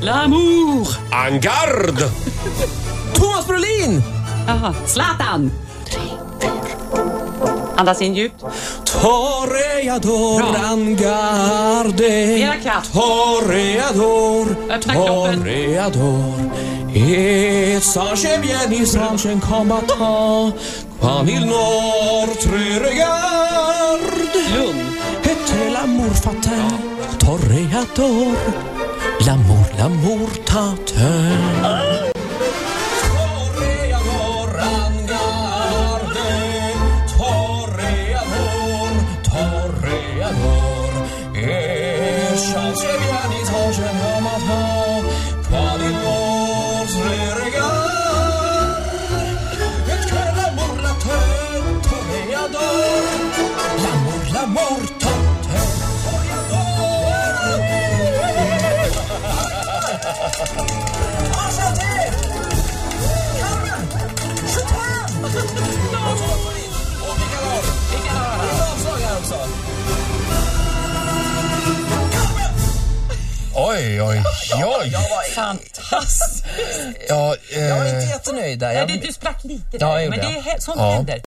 L'amour. En garde. Thomas Brolin. Jaha. Zlatan. Andas in djupt. Toreador Bra. en garde. Mera kraft. Toreador. Öppna kroppen. Toreador. Et sage bien i branchen komma ta. Quand il notre regarde. Lugn. Et l'amour fatal. Toreador. L'amour tater. Oj. Fantastiskt. Ja, Jag är inte jättenöjd där. Du sprack lite Ja, där, jag men gjorde det är sånt Ja. händer.